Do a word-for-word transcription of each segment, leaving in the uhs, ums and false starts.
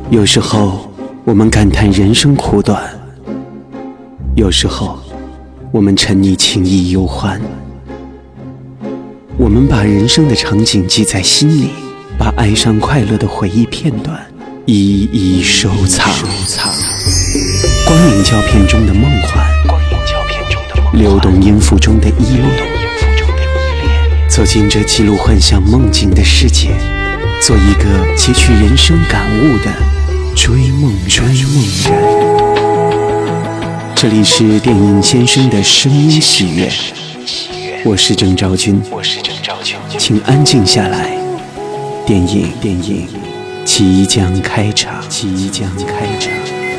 有时候我们感叹人生苦短，有时候我们沉溺情意忧欢。我们把人生的场景记在心里，把哀伤快乐的回忆片段一一收藏。光影胶片中的梦幻，流动音符中的依恋，走进这记录幻想梦境的世界，做一个汲取人生感悟的追梦追梦人。这里是电影先生的声音喜悦，我是郑昭君，请安静下来，电影电影即将开场，即将开场。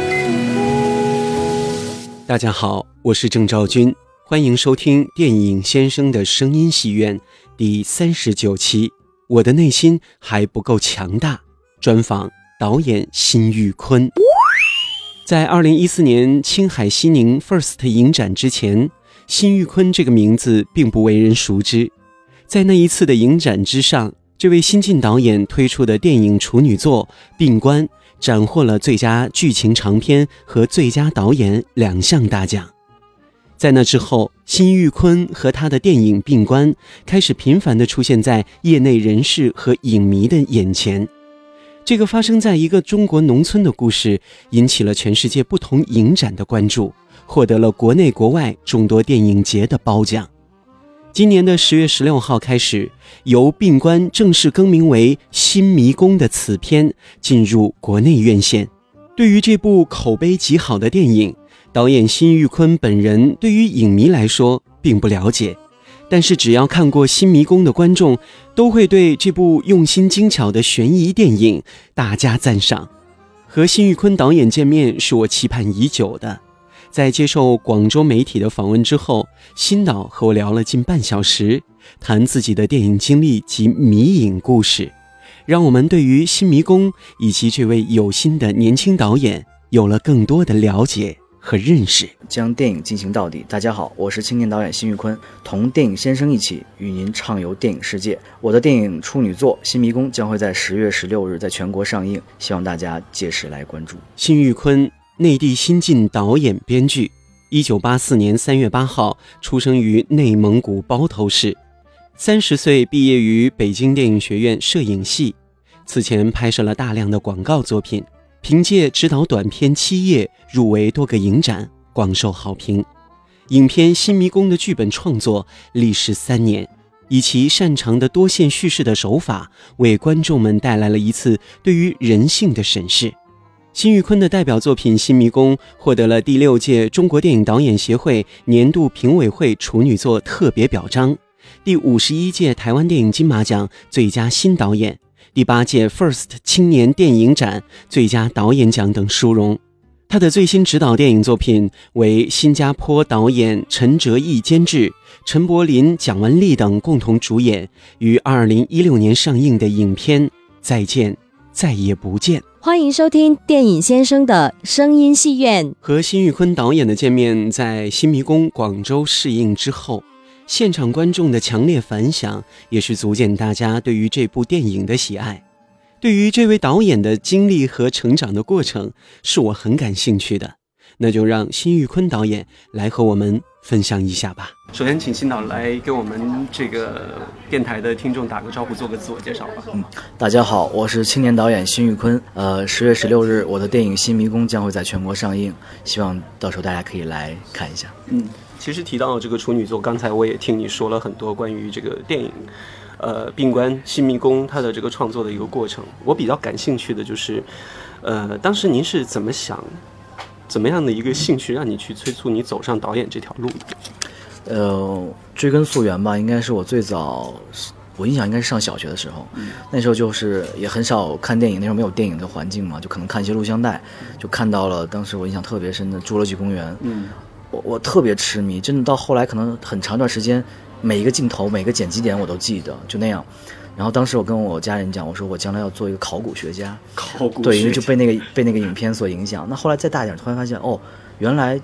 大家好，我是郑昭君，欢迎收听电影先生的声音戏院第三十九期。我的内心还不够强大，专访导演辛玉坤。在二零一四年青海西宁 First 影展之前，辛玉坤这个名字并不为人熟知。在那一次的影展之上，这位新晋导演推出的电影处女作《病关》斩获了最佳剧情长片和最佳导演两项大奖。在那之后，辛玉坤和他的电影《病关》开始频繁地出现在业内人士和影迷的眼前。这个发生在一个中国农村的故事，引起了全世界不同影展的关注，获得了国内国外众多电影节的褒奖。今年的十月十六号开始，由《病关》正式更名为《新迷宫》的此片进入国内院线。对于这部口碑极好的电影，导演辛玉坤本人对于影迷来说并不了解，但是只要看过《新迷宫》的观众都会对这部用心精巧的悬疑电影大加赞赏。和辛玉坤导演见面是我期盼已久的。在接受广州媒体的访问之后，辛导和我聊了近半小时，谈自己的电影经历及迷影故事，让我们对于新迷宫以及这位有心的年轻导演有了更多的了解和认识。 将电影进行到底。大家好，我是青年导演辛玉坤，同电影先生一起与您畅游电影世界。我的电影处女作《新迷宫》将会在十月十六日在全国上映，希望大家届时来关注。 辛玉坤，内地新晋导演编剧，一九八四年三月八号出生于内蒙古包头市，三十岁毕业于北京电影学院摄影系，此前拍摄了大量的广告作品，凭借执导短片《七夜》入围多个影展，广受好评。影片《新迷宫》的剧本创作历时三年，以其擅长的多线叙事的手法，为观众们带来了一次对于人性的审视。辛玉坤的代表作品《新迷宫》获得了第六届中国电影导演协会年度评委会处女作特别表彰，第五十一届台湾电影金马奖最佳新导演，第八届 First 青年电影展最佳导演奖等殊荣。他的最新执导电影作品为新加坡导演陈哲毅监制，陈柏霖、蒋雯丽等共同主演，于二零一六年上映的影片《再见，再也不见》。 欢迎收听电影先生的声音戏院。 和辛玉坤导演的见面在新迷宫广州试映之后，现场观众的强烈反响也是足见大家对于这部电影的喜爱。对于这位导演的经历和成长的过程是我很感兴趣的，那就让辛玉坤导演来和我们分享一下吧。首先请辛导来给我们这个电台的听众打个招呼，做个自我介绍吧。 嗯，大家好，我是青年导演辛玉坤。呃，十月十六日，我的电影《新迷宫》将会在全国上映，希望到时候大家可以来看一下。 嗯，其实提到这个处女作，刚才我也听你说了很多关于这个电影呃，病关新迷宫它的这个创作的一个过程。我比较感兴趣的就是呃，当时您是怎么想怎么样的一个兴趣让你去催促你走上导演这条路的？ 呃，追根溯源吧，应该是我最早，我印象应该是上小学的时候，嗯、那时候就是也很少看电影，那时候没有电影的环境嘛，就可能看一些录像带，就看到了当时我印象特别深的《侏罗纪公园》，嗯，我我特别痴迷，真的到后来可能很长一段时间，每一个镜头每个剪辑点我都记得，就那样。然后当时我跟我家人讲，我说我将来要做一个考古学家。考古学家，对，因为就被那个被那个影片所影响。那后来再大一点，突然发现哦，原来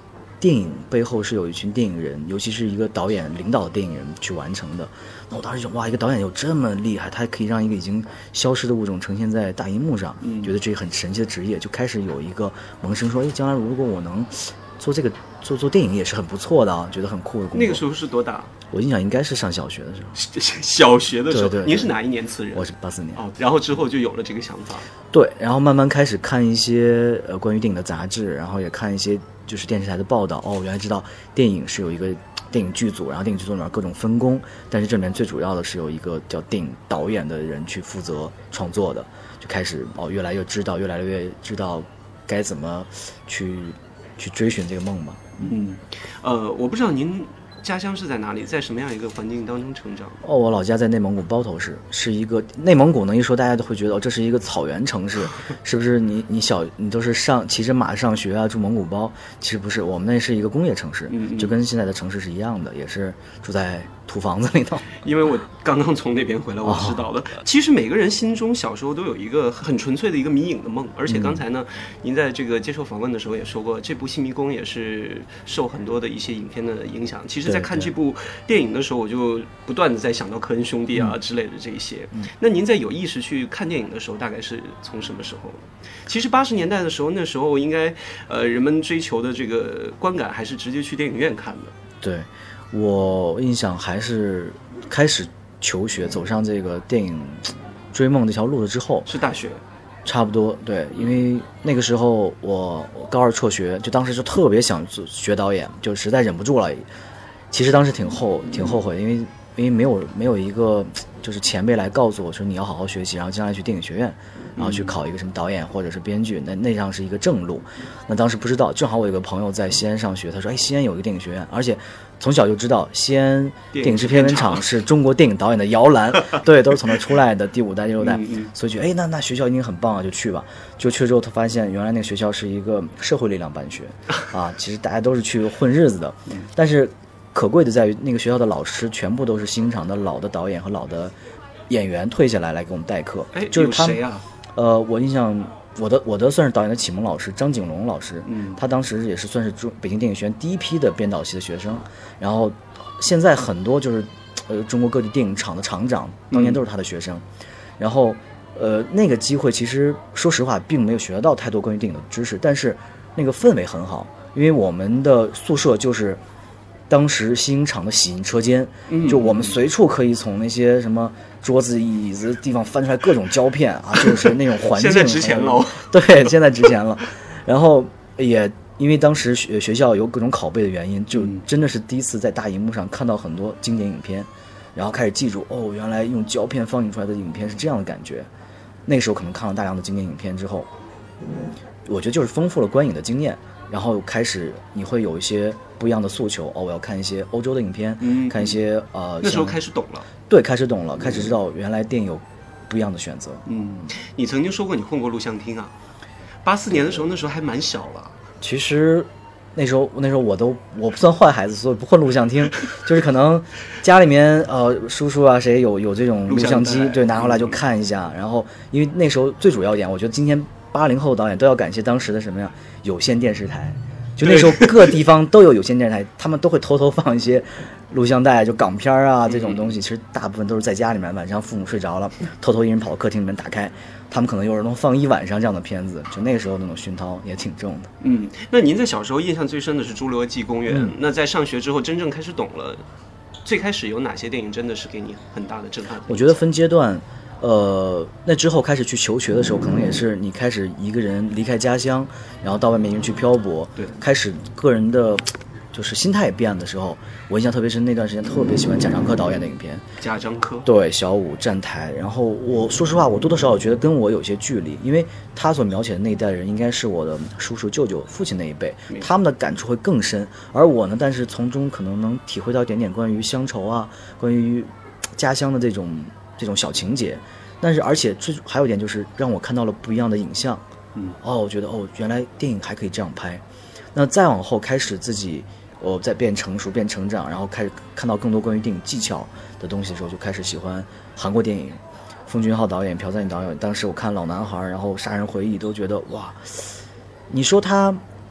电影背后是有一群电影人，尤其是一个导演领导的电影人去完成的。那我当时就哇，一个导演有这么厉害，他还可以让一个已经消失的物种呈现在大荧幕上， 嗯、 觉得这个很神奇的职业，就开始有一个萌生说，哎，将来如果我能做这个做做电影也是很不错的啊，觉得很酷的工作。 那个时候是多大？ 我印象应该是上小学的时候。 小学的时候， 对对对， 您是哪一年次人？ 我是八四年。 哦，然后之后就有了这个想法。 对，然后慢慢开始看一些呃关于电影的杂志，然后也看一些就是电视台的报道。哦，原来知道电影是有一个电影剧组，然后电影剧组里面各种分工，但是这里面最主要的是有一个叫电影导演的人去负责创作的，就开始哦越来越知道，越来越知道该怎么去去追寻这个梦吧。 嗯，呃，我不知道您家乡是在哪里，在什么样一个环境当中成长？ 哦，我老家在内蒙古包头市，是一个内蒙古呢。一说大家都会觉得哦，这是一个草原城市，是不是你？你小你都是上骑着马上学啊，住蒙古包？其实不是，我们那是一个工业城市， 嗯嗯， 就跟现在的城市是一样的，也是住在土房子里头。 因为我刚刚从那边回来，我知道了。哦、其实每个人心中小时候都有一个很纯粹的一个迷影的梦，而且刚才呢，嗯、您在这个接受访问的时候也说过，这部《新迷宫》也是受很多的一些影片的影响。其实，在看这部电影的时候，我就不断的在想到科恩兄弟啊、嗯、之类的这一些。嗯、那您在有意识去看电影的时候，大概是从什么时候呢？其实八十年代的时候，那时候应该呃人们追求的这个观感还是直接去电影院看的。 对，我印象还是开始求学，走上这个电影追梦这条路了之后， 是大学。 差不多，对，因为那个时候我高二辍学，就当时就特别想学导演，就实在忍不住了。其实当时挺后挺后悔，因为因为没有没有一个就是前辈来告诉我说你要好好学习，然后将来去电影学院，然后去考一个什么导演或者是编剧，那那上是一个正路。那当时不知道，正好我有个朋友在西安上学，他说哎，西安有一个电影学院，而且从小就知道西安电影制片人厂是中国电影导演的摇篮，对，都是从那出来的，第五代第六代，所以觉得哎，那那学校一定很棒啊，就去吧。就去之后，他发现原来那个学校是一个社会力量办学啊，其实大家都是去混日子的，但是可贵的在于那个学校的老师全部都是新厂的老的导演和老的演员退下来来给我们代课。 哎， 就是他谁啊？ 呃，我印象我的我的算是导演的启蒙老师张景龙老师， 嗯， 他当时也是算是中北京电影学院第一批的编导系的学生，然后现在很多就是呃中国各地电影厂的厂长当年都是他的学生，嗯、然后呃那个机会其实说实话并没有学到太多关于电影的知识，但是那个氛围很好，因为我们的宿舍就是当时新影厂的洗印车间，就我们随处可以从那些什么桌子椅子地方翻出来各种胶片啊，就是那种环境。 现在值钱了。 对，现在值钱了。然后也因为当时学学校有各种拷贝的原因，就真的是第一次在大荧幕上看到很多经典影片，然后开始记住哦，原来用胶片放映出来的影片是这样的感觉。那个时候可能看了大量的经典影片之后，我觉得就是丰富了观影的经验。然后开始你会有一些不一样的诉求哦，我要看一些欧洲的影片， 嗯、 看一些呃， 那时候开始懂了， 对，开始懂了，开始知道原来电影有不一样的选择。 嗯，你曾经说过你混过录像厅啊？八四年的时候，那时候还蛮小了。 其实那时候那时候我都我不算坏孩子，所以不混录像厅，就是可能家里面呃叔叔啊谁有有这种录像机，对，拿回来就看一下。嗯、然后因为那时候最主要一点，我觉得今天八零后导演都要感谢当时的什么呀？有线电视台，就那时候各地方都有有线电视台，他们都会偷偷放一些录像带，就港片啊这种东西。其实大部分都是在家里面，晚上父母睡着了，偷偷一人跑到客厅里面打开，他们可能有人能放一晚上这样的片子。就那个时候那种熏陶也挺重的。 嗯，那您在小时候印象最深的是《侏罗纪公园》， 嗯， 那在上学之后真正开始懂了，最开始有哪些电影真的是给你很大的震撼？ 我觉得分阶段。呃，那之后开始去求学的时候，可能也是你开始一个人离开家乡，然后到外面一人去漂泊， 对， 开始个人的，就是心态也变的时候，我印象特别深，那段时间特别喜欢贾樟柯导演的影片。 贾樟柯， 对，小五站台。然后我说实话，我多多少少觉得跟我有些距离，因为他所描写的那一代人，应该是我的叔叔、舅舅、父亲那一辈，他们的感触会更深。而我呢，但是从中可能能体会到一点点关于乡愁啊，关于家乡的这种。这种小情节，但是而且最还有一点就是让我看到了不一样的影像， 嗯， 哦，我觉得哦，原来电影还可以这样拍。那再往后开始自己，我、哦、在变成熟、变成长，然后开始看到更多关于电影技巧的东西的时候，就开始喜欢韩国电影。奉俊昊导演、朴赞郁导演，当时我看《老男孩》，然后《杀人回忆》，都觉得哇，你说他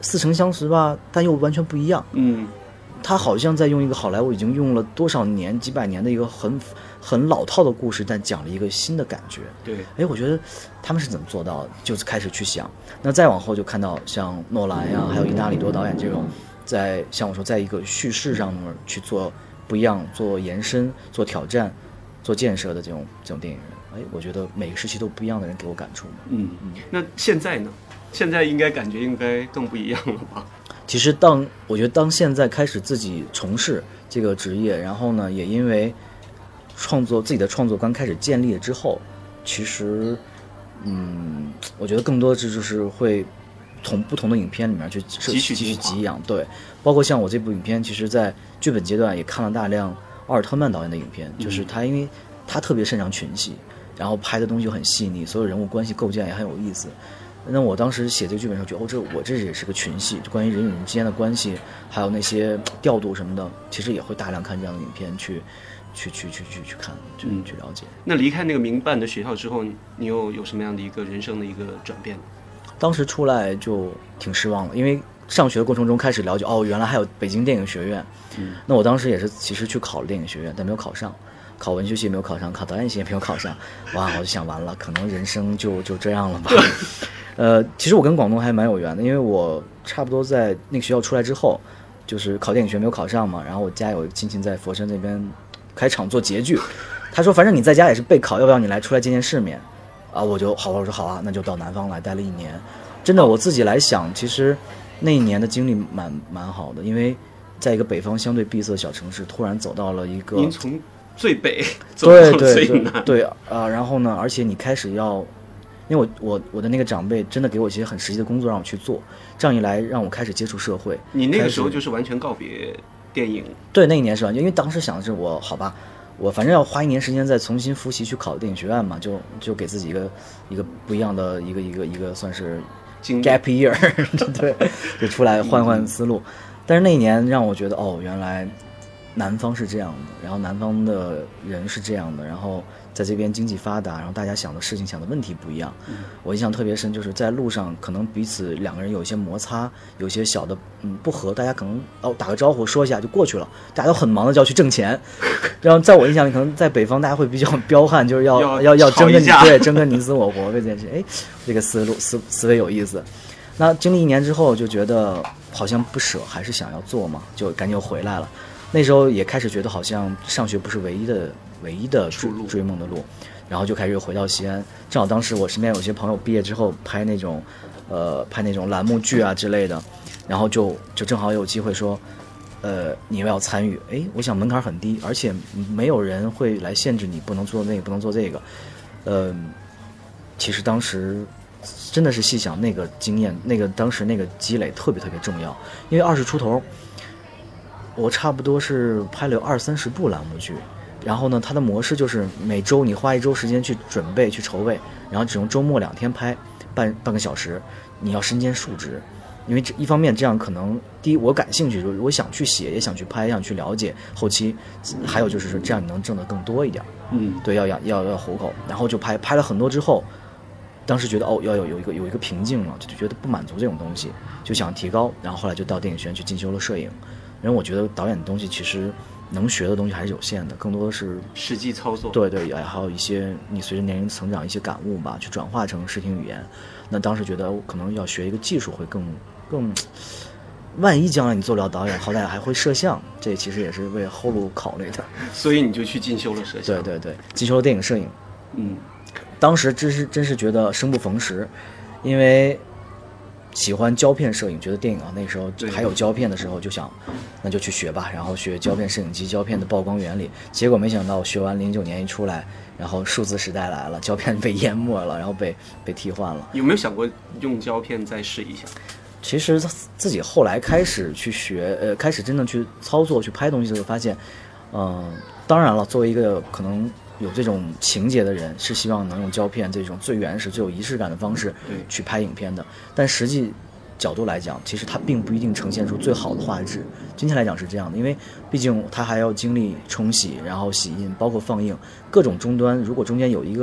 似曾相识吧，但又完全不一样。 嗯， 他好像在用一个好莱坞已经用了多少年、几百年的一个很很老套的故事，但讲了一个新的感觉。 对， 哎，我觉得他们是怎么做到的？就是开始去想。那再往后就看到像诺兰呀，还有伊纳里多导演这种，在像我说，在一个叙事上面去做不一样、做延伸、做挑战、做建设的这种这种电影人。哎，我觉得每个时期都不一样的人给我感触。 嗯嗯。那现在呢？现在应该感觉应该更不一样了吧？ 其实当我觉得当现在开始自己从事这个职业，然后呢，也因为创作自己的创作观开始建立了之后，其实，嗯，我觉得更多的就是会从不同的影片里面去汲取汲取给养。对，包括像我这部影片，其实在剧本阶段也看了大量奥尔特曼导演的影片，就是他因为他特别擅长群戏，然后拍的东西又很细腻，所有人物关系构建也很有意思。那我当时写这个剧本的时候，觉得哦，这我这也是个群戏，就关于人与人之间的关系，还有那些调度什么的，其实也会大量看这样的影片去，去去去去去看，去、嗯、去了解。 那离开那个民办的学校之后，你又有什么样的一个人生的一个转变？ 当时出来就挺失望了，因为上学的过程中开始了解，哦，原来还有北京电影学院。嗯，那我当时也是其实去考了电影学院，但没有考上。考文学系没有考上，考导演系也没有考上，哇！我就想完了，可能人生就就这样了吧。呃，其实我跟广东还蛮有缘的，因为我差不多在那个学校出来之后，就是考电影学没有考上嘛，然后我家有一个亲戚在佛山这边开厂做截剧，他说反正你在家也是备考，要不要你来出来见见世面？啊，我就好，我说好啊，那就到南方来待了一年。真的，我自己来想，其实那一年的经历蛮蛮好的，因为在一个北方相对闭塞的小城市，突然走到了一个您从最北走到最南， 对对对啊、呃，然后呢，而且你开始要，因为我我我的那个长辈真的给我一些很实际的工作让我去做，这样一来让我开始接触社会。 你那个时候就是完全告别电影？ 对，那一年是完全，因为当时想的是我好吧，我反正要花一年时间再重新复习去考电影学院嘛，就就给自己一个一个不一样的一个一个一个算是 gap year， 对，就出来换换思路。但是那一年让我觉得哦，原来南方是这样的，然后南方的人是这样的，然后在这边经济发达，然后大家想的事情想的问题不一样。嗯、我印象特别深，就是在路上可能彼此两个人有一些摩擦，有些小的嗯不合，大家可能哦打个招呼说一下就过去了，大家都很忙的就要去挣钱。然后在我印象里，可能在北方大家会比较彪悍，就是要要要要争个你对争个你死我活这件事。哎，这个思路思思维有意思。那经历一年之后，就觉得好像不舍，还是想要做嘛，就赶紧又回来了。那时候也开始觉得好像上学不是唯一的唯一的追追梦的路，然后就开始又回到西安。正好当时我身边有些朋友毕业之后拍那种，呃，拍那种栏目剧啊之类的，然后就就正好有机会说，呃，你要不要参与？哎，我想门槛很低，而且没有人会来限制你不能做那个，不能做这个。呃，其实当时真的是细想那个经验，那个当时那个积累特别特别重要，因为二十出头。我差不多是拍了有二三十部栏目剧，然后呢，它的模式就是每周你花一周时间去准备、去筹备，然后只用周末两天拍，半半个小时，你要身兼数职，因为这一方面这样可能第一我感兴趣，我想去写，也想去拍，也想去了解后期，还有就是说这样你能挣得更多一点，嗯，对，要养要要糊口，然后就拍拍了很多之后，当时觉得哦要有有一个有一个瓶颈了，就觉得不满足这种东西，就想提高，然后后来就到电影学院去进修了摄影。因为我觉得导演的东西其实能学的东西还是有限的，更多的是实际操作。 对对，还有一些你随着年龄成长一些感悟吧，去转化成视听语言。那当时觉得可能要学一个技术会更更，万一将来你做不了导演，好歹还会摄像，这其实也是为后路考虑的。 所以你就去进修了摄像。 对对对，进修了电影摄影。嗯，当时真是真是觉得生不逢时，因为喜欢胶片摄影，觉得电影啊那时候还有胶片的时候就想那就去学吧，然后学胶片摄影机、胶片的曝光原理。结果没想到学完零九年一出来，然后数字时代来了，胶片被淹没了，然后被被替换了。 有没有想过用胶片再试一下？ 其实自己后来开始去学，呃，开始真正去操作、去拍东西的时候，发现，嗯、呃，当然了，作为一个可能有这种情节的人，是希望能用胶片这种最原始、最有仪式感的方式去拍影片的。但实际角度来讲，其实它并不一定呈现出最好的画质。今天来讲是这样的，因为毕竟它还要经历冲洗，然后洗印，包括放映各种终端。如果中间有一个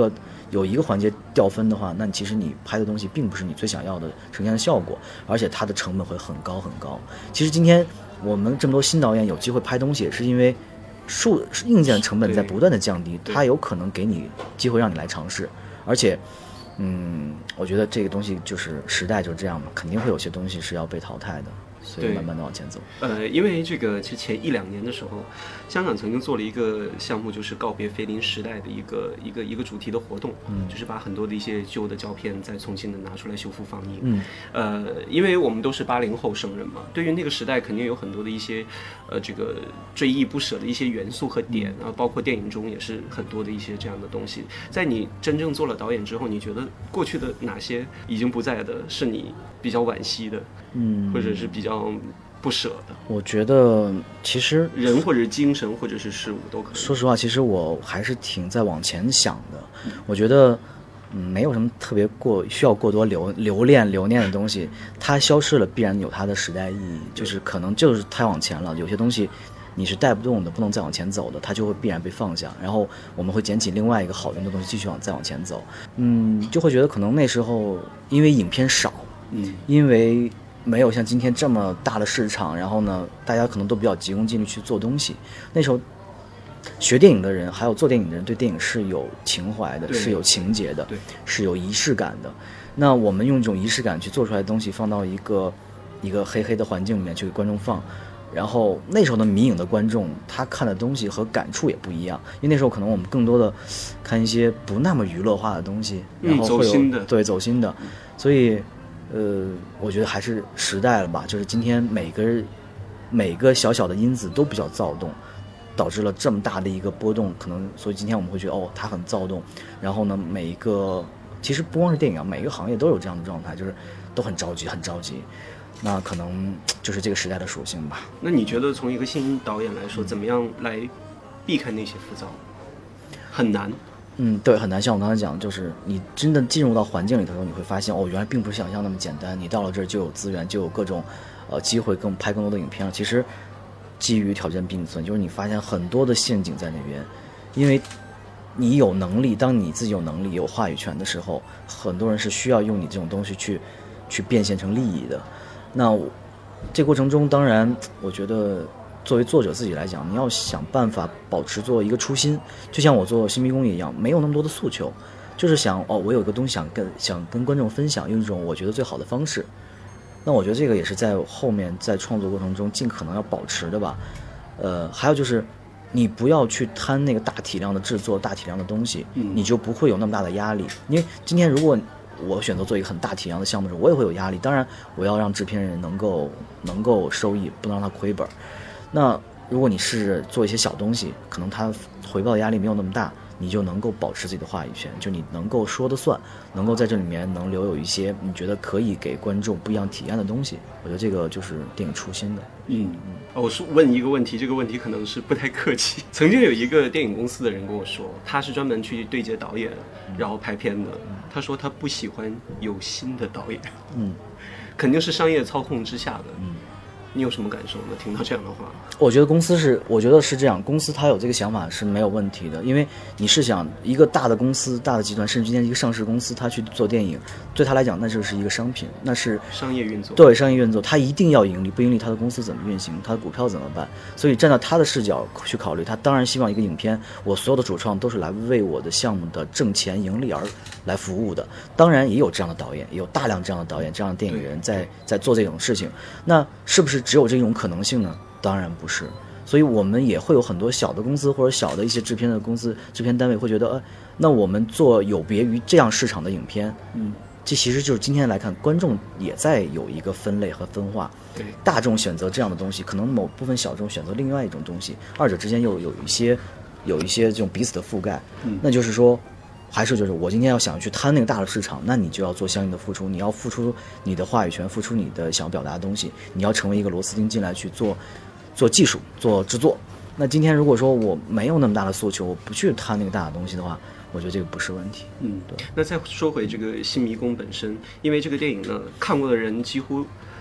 有一个环节掉分的话，那其实你拍的东西并不是你最想要的呈现的效果，而且它的成本会很高很高。其实今天我们这么多新导演有机会拍东西，也是因为数硬件成本在不断的降低，它有可能给你机会让你来尝试，而且。嗯，我觉得这个东西就是时代就这样嘛，肯定会有些东西是要被淘汰的，所以慢慢的往前走。 呃，因为这个其实前一两年的时候，香港曾经做了一个项目，就是告别菲林时代的一个一个一个主题的活动，嗯，就是把很多的一些旧的胶片再重新的拿出来修复放映。嗯，呃，因为我们都是八零后生人嘛，对于那个时代肯定有很多的一些呃这个追忆不舍的一些元素和点，然后包括电影中也是很多的一些这样的东西。在你真正做了导演之后，你觉得过去的哪些已经不在的是你比较惋惜的，嗯，或者是比较不舍的？ 我觉得其实人或者精神或者是事物都可能。 说实话，其实我还是挺在往前想的。嗯、我觉得，嗯，没有什么特别过需要过多留留恋留念的东西，它消失了必然有它的时代意义，就是可能就是太往前了，有些东西。你是带不动的，不能再往前走的，它就会必然被放下，然后我们会捡起另外一个好用的东西继续往再往前走。嗯，就会觉得可能那时候因为影片少，嗯，因为没有像今天这么大的市场，然后呢，大家可能都比较急功近利去做东西。那时候学电影的人，还有做电影的人，对电影是有情怀的，是有情节的，是有仪式感的。那我们用这种仪式感去做出来的东西，放到一个一个黑黑的环境里面去给观众放。然后那时候的迷影的观众，他看的东西和感触也不一样，因为那时候可能我们更多的看一些不那么娱乐化的东西，然后会有、嗯、走心的，对走心的，所以呃，我觉得还是时代了吧，就是今天每个每个小小的因子都比较躁动，导致了这么大的一个波动，可能所以今天我们会觉得哦，它很躁动，然后呢，每一个其实不光是电影啊，每一个行业都有这样的状态，就是都很着急，很着急。那可能就是这个时代的属性吧。 那你觉得从一个新导演来说，怎么样来避开那些浮躁？很难。 嗯，对，很难。像我刚才讲，就是你真的进入到环境里头，你会发现，哦，原来并不是想象那么简单。你到了这儿就有资源，就有各种呃机会更拍更多的影片了。其实机遇条件并存，就是你发现很多的陷阱在那边，因为你有能力，当你自己有能力、有话语权的时候，很多人是需要用你这种东西去去变现成利益的。那这过程中，当然，我觉得作为作者自己来讲，你要想办法保持做一个初心，就像我做新迷宫一样，没有那么多的诉求，就是想哦，我有个东西想跟想跟观众分享，用一种我觉得最好的方式。那我觉得这个也是在后面在创作过程中尽可能要保持的吧。呃，还有就是，你不要去贪那个大体量的制作、大体量的东西，你就不会有那么大的压力。因为今天如果我选择做一个很大体量的项目的时候，我也会有压力。当然，我要让制片人能够能够收益，不能让他亏本。那如果你是做一些小东西，可能他回报的压力没有那么大，你就能够保持自己的话语权，就你能够说的算，能够在这里面能留有一些你觉得可以给观众不一样体验的东西。我觉得这个就是电影初心的。 嗯嗯。哦，我是问一个问题，这个问题可能是不太客气。曾经有一个电影公司的人跟我说，他是专门去对接导演，然后拍片的。嗯、他说他不喜欢有新的导演，嗯，肯定是商业操控之下的。嗯，你有什么感受呢？听到这样的话， 我觉得公司是，我觉得是这样，公司它有这个想法是没有问题的，因为你是想一个大的公司、大的集团，甚至今天一个上市公司，它去做电影，对他来讲，那就是一个商品，那是商业运作。 对，商业运作，它一定要盈利，不盈利，它的公司怎么运行，它的股票怎么办？所以站到他的视角去考虑，他当然希望一个影片，我所有的主创都是来为我的项目的挣钱盈利而来服务的。当然也有这样的导演，也有大量这样的导演、这样的电影人在在做这种事情。那是不是只有这种可能性呢？当然不是。所以我们也会有很多小的公司或者小的一些制片的公司、制片单位会觉得，呃，那我们做有别于这样市场的影片，嗯，这其实就是今天来看，观众也在有一个分类和分化。 对， 大众选择这样的东西，可能某部分小众选择另外一种东西，二者之间又有一些有一些这种彼此的覆盖。嗯，那就是说，还是就是我今天要想去贪那个大的市场，那你就要做相应的付出，你要付出你的话语权，付出你的想要表达的东西，你要成为一个螺丝钉进来去做。做技术，做制作。那今天如果说我没有那么大的诉求，我不去贪那个大的东西的话，我觉得这个不是问题。 嗯，对。那再说回这个新迷宫本身，因为这个电影呢，看过的人几乎，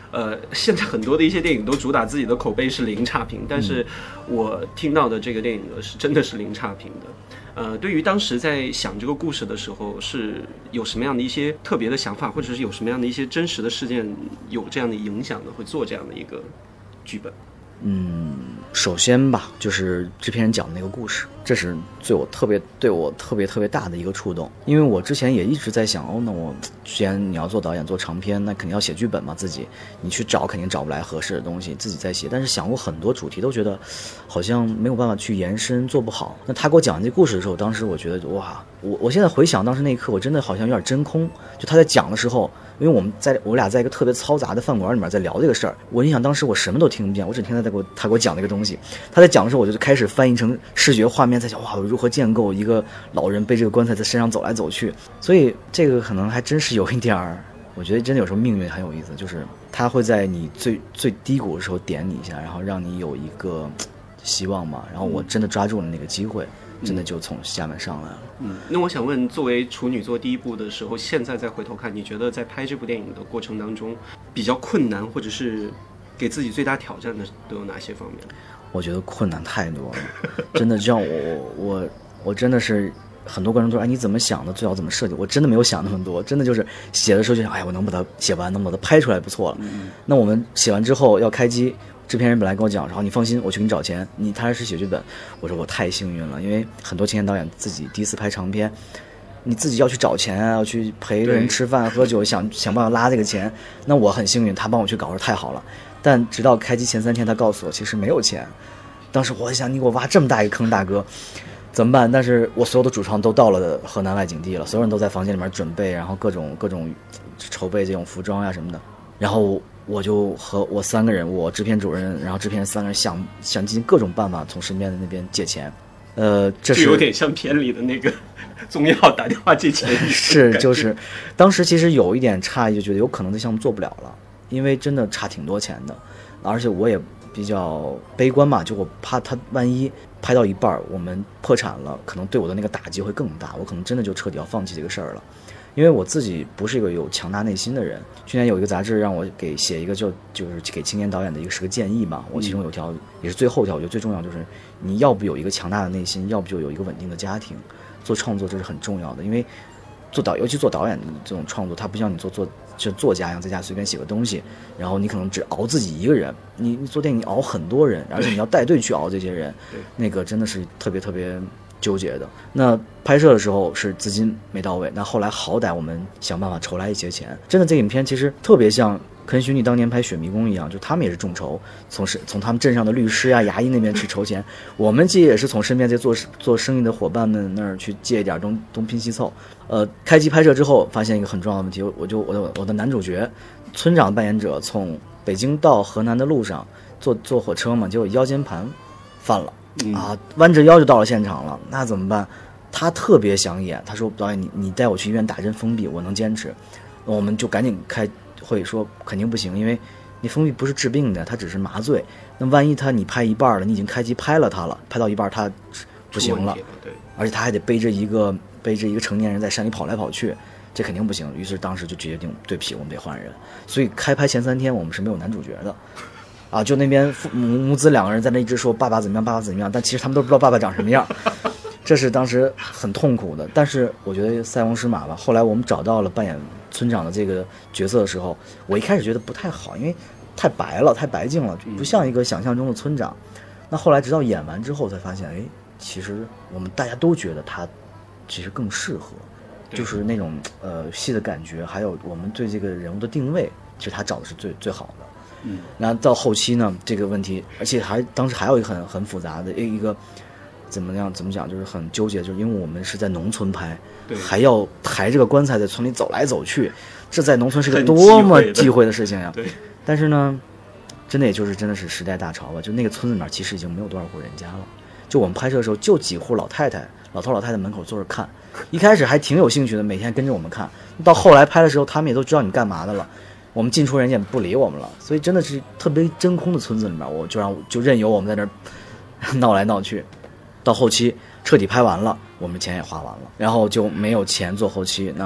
呃，现在很多的一些电影都主打自己的口碑是零差评，但是我听到的这个电影呢是真的是零差评的。呃，对于当时在想这个故事的时候，是有什么样的一些特别的想法，或者是有什么样的一些真实的事件有这样的影响的，会做这样的一个剧本？ 嗯，首先吧，就是制片人讲的那个故事，这是对我特别对我特别特别大的一个触动。因为我之前也一直在想，哦，那我既然你要做导演做长片，那肯定要写剧本嘛，自己你去找肯定找不来合适的东西，自己在写。但是想过很多主题，都觉得好像没有办法去延伸，做不好。那他给我讲这故事的时候，当时我觉得哇，我我现在回想当时那一刻，我真的好像有点真空。就他在讲的时候，因为我们在我俩在一个特别嘈杂的饭馆里面在聊这个事儿，我印象当时我什么都听不见，我只听他在给我他给我讲那个东西。他在讲的时候，我就开始翻译成视觉画面，在想哇，我如何建构一个老人背这个棺材在身上走来走去。所以这个可能还真是有一点儿，我觉得真的有时候命运很有意思，就是他会在你最最低谷的时候点你一下，然后让你有一个希望嘛。然后我真的抓住了那个机会。真的就从下面上来了。 嗯，那我想问，作为处女座第一部的时候，现在再回头看，你觉得在拍这部电影的过程当中，比较困难或者是给自己最大挑战的都有哪些方面？ 我觉得困难太多了，真的，就像我我我真的是很多观众都说，哎，你怎么想的？最好怎么设计？我真的没有想那么多，真的就是写的时候就想，哎，我能把它写完，能把它拍出来不错了。嗯、那我们写完之后要开机。制片人本来跟我讲，然后你放心，我去给你找钱，你踏实写剧本。我说我太幸运了，因为很多青年导演自己第一次拍长片，你自己要去找钱啊，要去陪人吃饭喝酒，想想办法拉这个钱。那我很幸运，他帮我去搞，说太好了。但直到开机前三天，他告诉我其实没有钱。当时我想，你给我挖这么大一个坑，大哥怎么办？但是我所有的主创都到了河南外景地了，所有人都在房间里面准备，然后各种各种筹备这种服装啊什么的，然后。我就和我三个人，我制片主任，然后制片人三个人想想尽各种办法从身边的那边借钱，呃，这是有点像片里的那个总要打电话借钱。 是，就是当时其实有一点诧异，就觉得有可能这项目做不了了，因为真的差挺多钱的，而且我也比较悲观嘛，就我怕他万一拍到一半我们破产了，可能对我的那个打击会更大，我可能真的就彻底要放弃这个事儿了。因为我自己不是一个有强大内心的人，去年有一个杂志让我给写一个就就是给青年导演的一个十个建议嘛，我其中有条也是最后一条，我觉得最重要就是你要不有一个强大的内心，要不就有一个稳定的家庭。做创作这是很重要的，因为做导尤其做导演的这种创作，它不像你做做就作家一样在家随便写个东西，然后你可能只熬自己一个人，你你做电影你熬很多人，而且你要带队去熬这些人，那个真的是特别特别纠结的。那拍摄的时候是资金没到位，那后来好歹我们想办法筹来一些钱。真的这个影片其实特别像肯兄弟当年拍《雪迷宫》一样，就他们也是众筹，从是从他们镇上的律师啊、牙医那边去筹钱，我们其实也是从身边这做做生意的伙伴们那儿去借一点东东拼西凑。呃，开机拍摄之后，发现一个很重要的问题，我就我的我的男主角村长扮演者从北京到河南的路上坐坐火车嘛，结果腰间盘犯了。啊，弯着腰就到了现场了，那怎么办？他特别想演，他说导演你你带我去医院打针封闭，我能坚持。我们就赶紧开会说肯定不行，因为你封闭不是治病的，它只是麻醉。那万一他你拍一半了，你已经开机拍了他了，拍到一半他不行了， 对， 而且他还得背着一个背着一个成年人在山里跑来跑去，这肯定不行。于是当时就决定对不起，我们得换人。所以开拍前三天我们是没有男主角的。啊，就那边母母子两个人在那一直说爸爸怎么样，爸爸怎么样，但其实他们都不知道爸爸长什么样，这是当时很痛苦的。但是我觉得塞翁失马吧。后来我们找到了扮演村长的这个角色的时候，我一开始觉得不太好，因为太白了，太白净了，不像一个想象中的村长。那后来直到演完之后才发现，哎，其实我们大家都觉得他其实更适合，就是那种呃戏的感觉，还有我们对这个人物的定位，其实他找的是最最好的。嗯，然后到后期呢，这个问题，而且还当时还有一个很很复杂的一个怎么样怎么讲，就是很纠结，就是因为我们是在农村拍，还要抬这个棺材在村里走来走去，这在农村是个多么忌讳的事情呀！ 对， 但是呢，真的也就是真的是时代大潮吧，就那个村子里面其实已经没有多少户人家了，就我们拍摄的时候就几户老太太、老头老太太门口坐着看，一开始还挺有兴趣的，每天跟着我们看，到后来拍的时候，他们也都知道你干嘛的了。我们进出人家也不理我们了，所以真的是特别真空的村子里面，我就让就任由我们在那儿闹来闹去。到后期彻底拍完了，我们钱也花完了，然后就没有钱做后期。那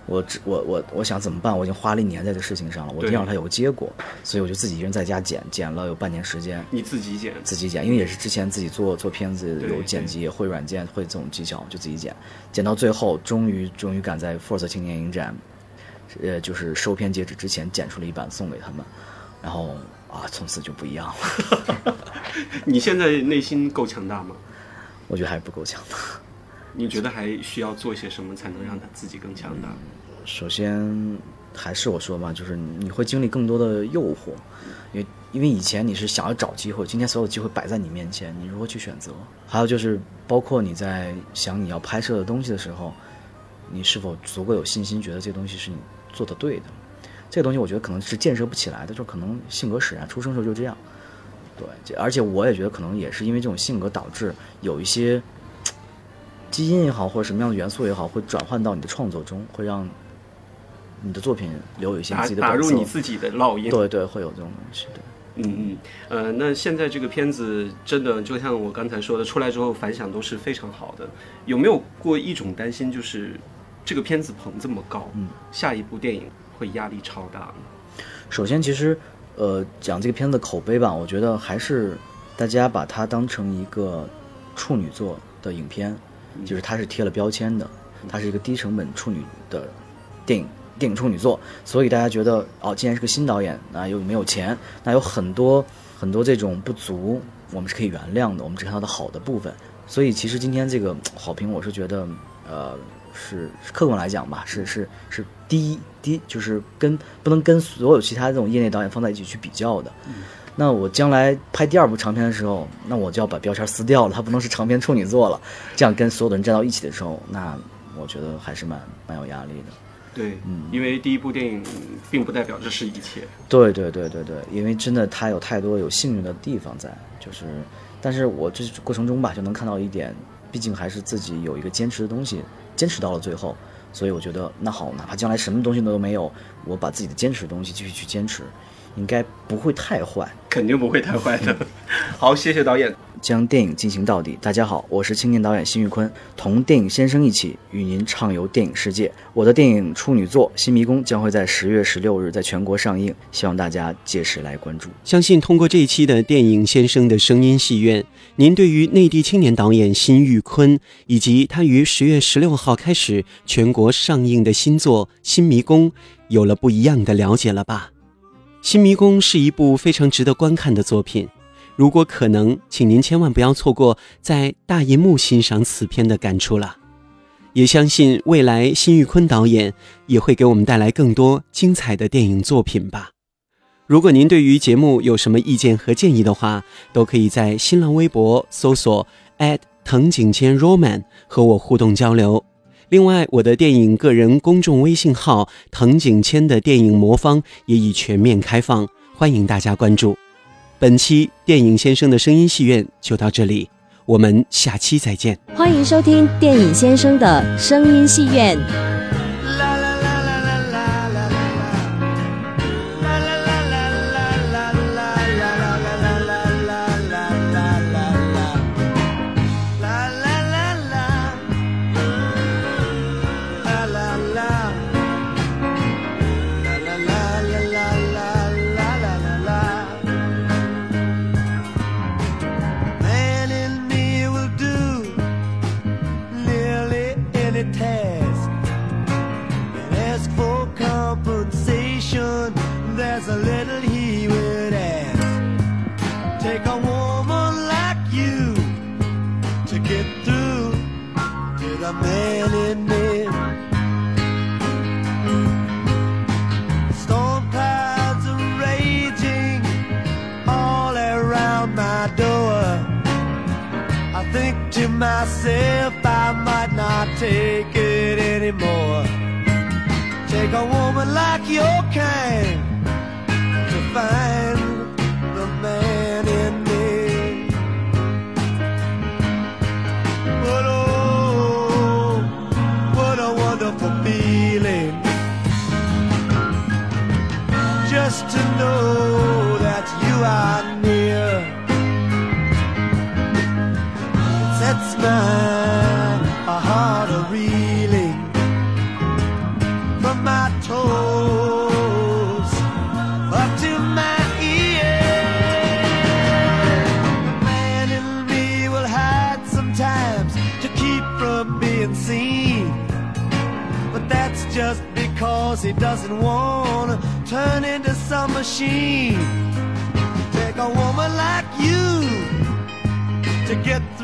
我我我我想怎么办？我已经花了一年在这事情上了，我一定要让它有个结果，所以我就自己一个人在家剪，剪了有半年时间。 你自己剪？ 自己剪，因为也是之前自己做做片子，有剪辑，也会软件，会这种技巧，就自己剪。剪到最后，终于终于赶在 Force 青年影展，呃，就是收片截止之前剪出了一版送给他们，然后啊，从此就不一样了。 你现在内心够强大吗？ 我觉得还不够强大。 你觉得还需要做些什么才能让他自己更强大？ 首先还是我说嘛，就是你会经历更多的诱惑，因为因为以前你是想要找机会，今天所有机会摆在你面前，你如何去选择？还有就是包括你在想你要拍摄的东西的时候，你是否足够有信心，觉得这个东西是你做的对的？这个东西我觉得可能是建设不起来的，就可能性格使然，出生时候就这样。对，而且我也觉得可能也是因为这种性格导致有一些基因也好，或者什么样的元素也好，会转换到你的创作中，会让你的作品留有一些自己的打入你自己的烙印。 对对，会有这种东西。对， 嗯嗯，呃，那现在这个片子真的就像我刚才说的，出来之后反响都是非常好的。有没有过一种担心，就是这个片子捧这么高，嗯，下一部电影会压力超大呢？ 首先，其实呃，讲这个片子的口碑吧，我觉得还是大家把它当成一个处女作的影片。就是它是贴了标签的，它是一个低成本处女的电影电影处女作，所以大家觉得哦，既然是个新导演，那又没有钱，那有很多很多这种不足，我们是可以原谅的，我们只看到的好的部分。所以其实今天这个好评，我是觉得，呃，是客观来讲吧，是是是低低，就是跟不能跟所有其他这种业内导演放在一起去比较的。嗯，那我将来拍第二部长片的时候，那我就要把标签撕掉了，它不能是长篇处女作了。这样跟所有的人站到一起的时候，那我觉得还是蛮蛮有压力的。 对，嗯，因为第一部电影并不代表这是一切。 对对对对对，因为真的它有太多有幸运的地方在，就是，但是我这过程中吧，就能看到一点，毕竟还是自己有一个坚持的东西，坚持到了最后，所以我觉得那好，哪怕将来什么东西都没有，我把自己的坚持的东西继续去坚持。应该不会太坏， 肯定不会太坏的。好，谢谢导演。 将电影进行到底。大家好，我是青年导演辛玉坤，同电影先生一起与您畅游电影世界。我的电影处女作《新迷宫》将会在十月十六日在全国上映，希望大家届时来关注。 相信通过这一期的电影先生的声音戏院，您对于内地青年导演辛玉坤以及他于十月十六号开始全国上映的新作《新迷宫》有了不一样的了解了吧？新迷宫是一部非常值得观看的作品，如果可能，请您千万不要错过在大银幕欣赏此片的感触了。也相信未来辛玉坤导演也会给我们带来更多精彩的电影作品吧。如果您对于节目有什么意见和建议的话，都可以在新浪微博搜索 at 藤井千 roman 和我互动交流。另外，我的电影个人公众微信号藤井千的电影魔方也已全面开放，欢迎大家关注。本期电影先生的声音戏院就到这里，我们下期再见。 欢迎收听电影先生的声音戏院。 There's a little he would ask. Take a woman like you to get through to the man in me. Storm clouds are raging all around my door. I think to myself I might not take it anymore. Take a woman like your kind to find the man in me. But oh, what a wonderful feeling just to know that you are near. It sets my heart a reeling. cause he doesn't wanna turn into some machine. Take a woman like you to get through